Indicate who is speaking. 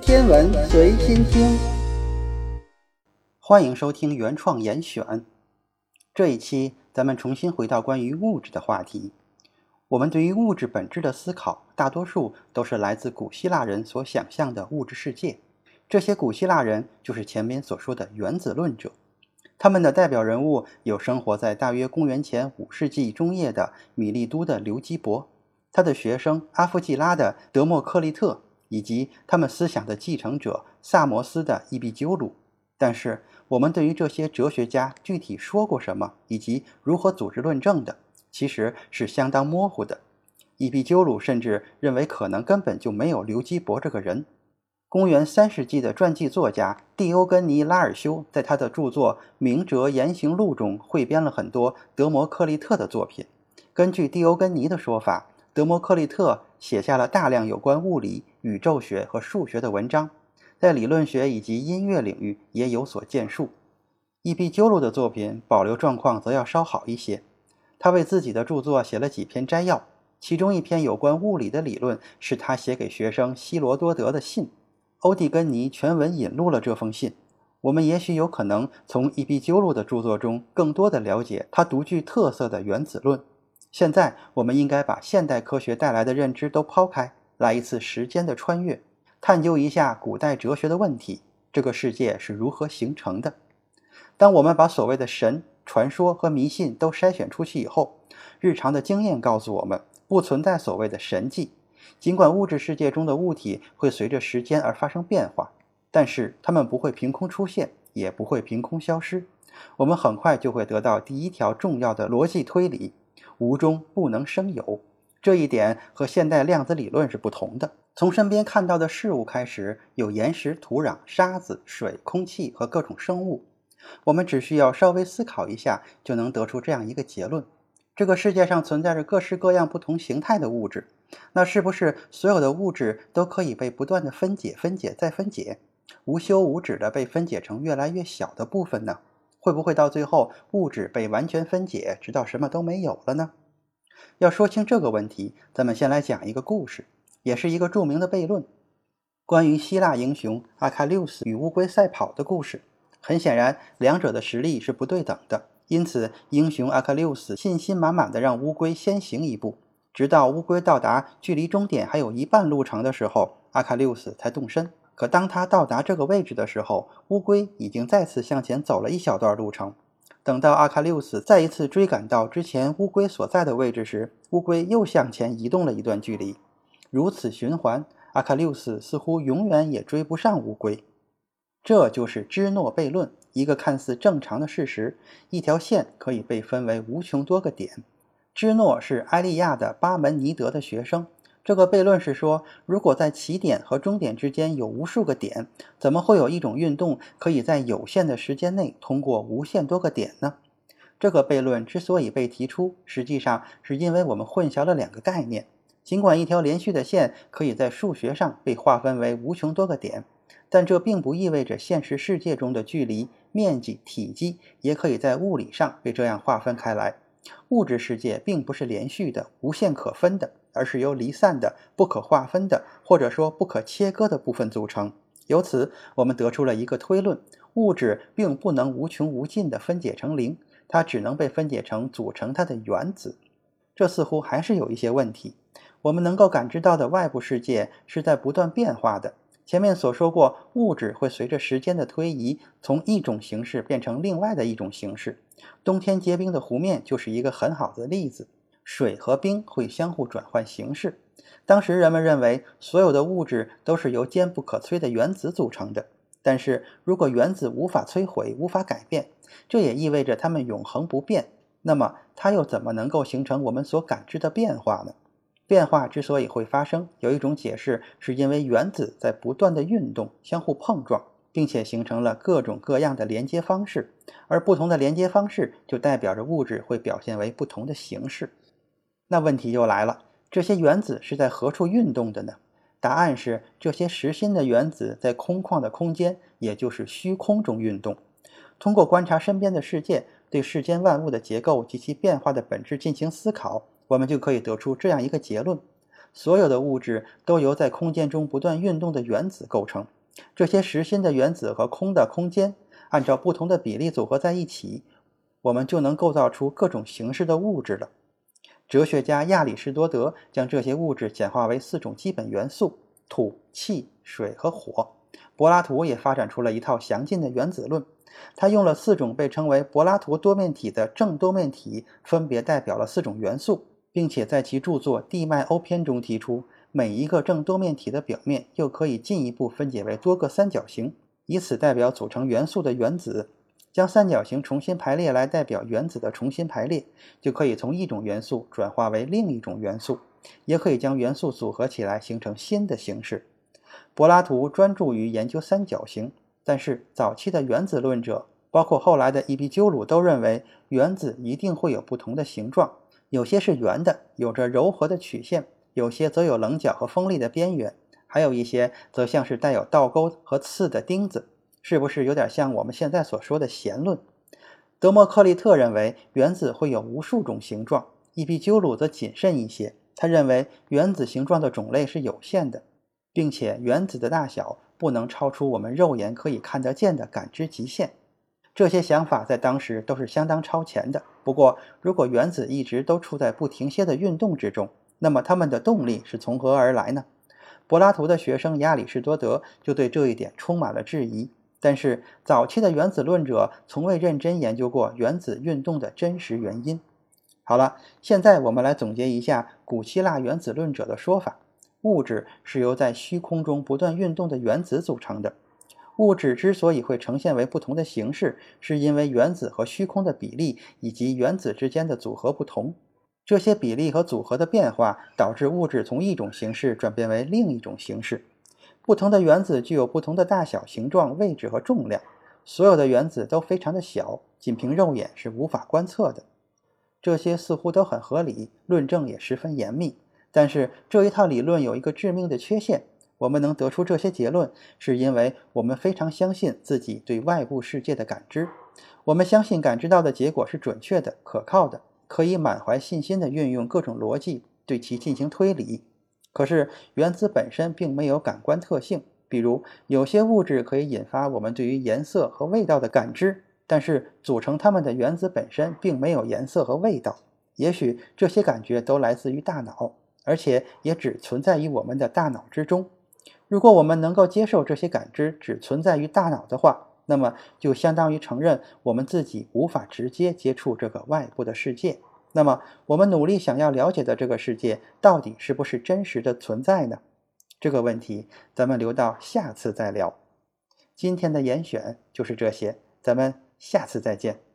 Speaker 1: 天文随心听，欢迎收听原创严选。这一期咱们重新回到关于物质的话题。我们对于物质本质的思考，大多数都是来自古希腊人所想象的物质世界。这些古希腊人就是前面所说的原子论者。他们的代表人物有生活在大约公元前5世纪中叶的米利都的刘基伯，他的学生阿夫季拉的德谟克利特，以及他们思想的继承者萨摩斯的伊壁鸠鲁。但是我们对于这些哲学家具体说过什么，以及如何组织论证的，其实是相当模糊的。伊壁鸠鲁甚至认为可能根本就没有刘基伯这个人。公元3世纪的传记作家蒂欧根尼·拉尔修在他的著作《明哲言行录》中汇编了很多德谟克利特的作品。根据蒂欧根尼的说法，德谟克利特写下了大量有关物理、宇宙学和数学的文章，在理论学以及音乐领域也有所建树。伊壁鸠鲁的作品保留状况则要稍好一些，他为自己的著作写了几篇摘要，其中一篇有关物理的理论是他写给学生希罗多德的信。欧蒂根尼全文引录了这封信，我们也许有可能从伊壁鸠鲁的著作中更多地了解他独具特色的原子论。现在我们应该把现代科学带来的认知都抛开，来一次时间的穿越，探究一下古代哲学的问题，这个世界是如何形成的。当我们把所谓的神、传说和迷信都筛选出去以后，日常的经验告诉我们，不存在所谓的神迹。尽管物质世界中的物体会随着时间而发生变化，但是它们不会凭空出现，也不会凭空消失。我们很快就会得到第一条重要的逻辑推理：无中不能生有。这一点和现代量子理论是不同的。从身边看到的事物开始，有岩石、土壤、沙子、水、空气和各种生物。我们只需要稍微思考一下，就能得出这样一个结论：这个世界上存在着各式各样不同形态的物质。那是不是所有的物质都可以被不断的分解、分解再分解，无休无止的被分解成越来越小的部分呢？会不会到最后物质被完全分解，直到什么都没有了呢？要说清这个问题，咱们先来讲一个故事，也是一个著名的悖论，关于希腊英雄阿喀琉斯与乌龟赛跑的故事。很显然，两者的实力是不对等的，因此英雄阿喀琉斯信心满满地让乌龟先行一步，直到乌龟到达距离终点还有一半路程的时候，阿喀琉斯才动身。可当他到达这个位置的时候，乌龟已经再次向前走了一小段路程。等到阿喀琉斯再一次追赶到之前乌龟所在的位置时，乌龟又向前移动了一段距离。如此循环，阿喀琉斯似乎永远也追不上乌龟。这就是芝诺悖论，一个看似正常的事实：一条线可以被分为无穷多个点。芝诺是埃利亚的巴门尼德的学生。这个悖论是说，如果在起点和终点之间有无数个点，怎么会有一种运动可以在有限的时间内通过无限多个点呢？这个悖论之所以被提出，实际上是因为我们混淆了两个概念。尽管一条连续的线可以在数学上被划分为无穷多个点，但这并不意味着现实世界中的距离、面积、体积也可以在物理上被这样划分开来。物质世界并不是连续的、无限可分的，而是由离散的、不可划分的，或者说不可切割的部分组成。由此，我们得出了一个推论：物质并不能无穷无尽地分解成零，它只能被分解成组成它的原子。这似乎还是有一些问题。我们能够感知到的外部世界是在不断变化的。前面所说过，物质会随着时间的推移，从一种形式变成另外的一种形式。冬天结冰的湖面就是一个很好的例子。水和冰会相互转换形式。当时人们认为所有的物质都是由坚不可摧的原子组成的，但是如果原子无法摧毁、无法改变，这也意味着它们永恒不变，那么它又怎么能够形成我们所感知的变化呢？变化之所以会发生，有一种解释是因为原子在不断的运动、相互碰撞，并且形成了各种各样的连接方式，而不同的连接方式就代表着物质会表现为不同的形式。那问题又来了，这些原子是在何处运动的呢？答案是，这些实心的原子在空旷的空间，也就是虚空中运动。通过观察身边的世界，对世间万物的结构及其变化的本质进行思考，我们就可以得出这样一个结论：所有的物质都由在空间中不断运动的原子构成， 这些实心的原子和空的空间按照不同的比例组合在一起，我们就能构造出各种形式的物质了。哲学家亚里士多德将这些物质简化为4种基本元素：土、气、水和火。柏拉图也发展出了一套详尽的原子论，他用了4种被称为柏拉图多面体的正多面体，分别代表了4种元素，并且在其著作《地脉欧篇》中提出，每一个正多面体的表面又可以进一步分解为多个三角形，以此代表组成元素的原子。将三角形重新排列来代表原子的重新排列，就可以从一种元素转化为另一种元素，也可以将元素组合起来形成新的形式。柏拉图专注于研究三角形，但是早期的原子论者，包括后来的伊壁鸠鲁，都认为原子一定会有不同的形状，有些是圆的，有着柔和的曲线，有些则有棱角和锋利的边缘，还有一些则像是带有倒钩和刺的钉子。是不是有点像我们现在所说的弦论？德谟克利特认为原子会有无数种形状，伊壁鸠鲁则谨慎一些，他认为原子形状的种类是有限的，并且原子的大小不能超出我们肉眼可以看得见的感知极限。这些想法在当时都是相当超前的。不过，如果原子一直都处在不停歇的运动之中，那么它们的动力是从何而来呢？柏拉图的学生亚里士多德就对这一点充满了质疑。但是早期的原子论者从未认真研究过原子运动的真实原因。好了，现在我们来总结一下古希腊原子论者的说法：物质是由在虚空中不断运动的原子组成的。物质之所以会呈现为不同的形式，是因为原子和虚空的比例以及原子之间的组合不同。这些比例和组合的变化导致物质从一种形式转变为另一种形式。不同的原子具有不同的大小、形状、位置和重量，所有的原子都非常的小，仅凭肉眼是无法观测的。这些似乎都很合理，论证也十分严密，但是这一套理论有一个致命的缺陷：我们能得出这些结论，是因为我们非常相信自己对外部世界的感知。我们相信感知到的结果是准确的、可靠的，可以满怀信心地运用各种逻辑对其进行推理。可是原子本身并没有感官特性，比如有些物质可以引发我们对于颜色和味道的感知，但是组成它们的原子本身并没有颜色和味道。也许这些感觉都来自于大脑，而且也只存在于我们的大脑之中。如果我们能够接受这些感知只存在于大脑的话，那么就相当于承认我们自己无法直接接触这个外部的世界。那么我们努力想要了解的这个世界到底是不是真实的存在呢？这个问题咱们留到下次再聊。今天的严选就是这些，咱们下次再见。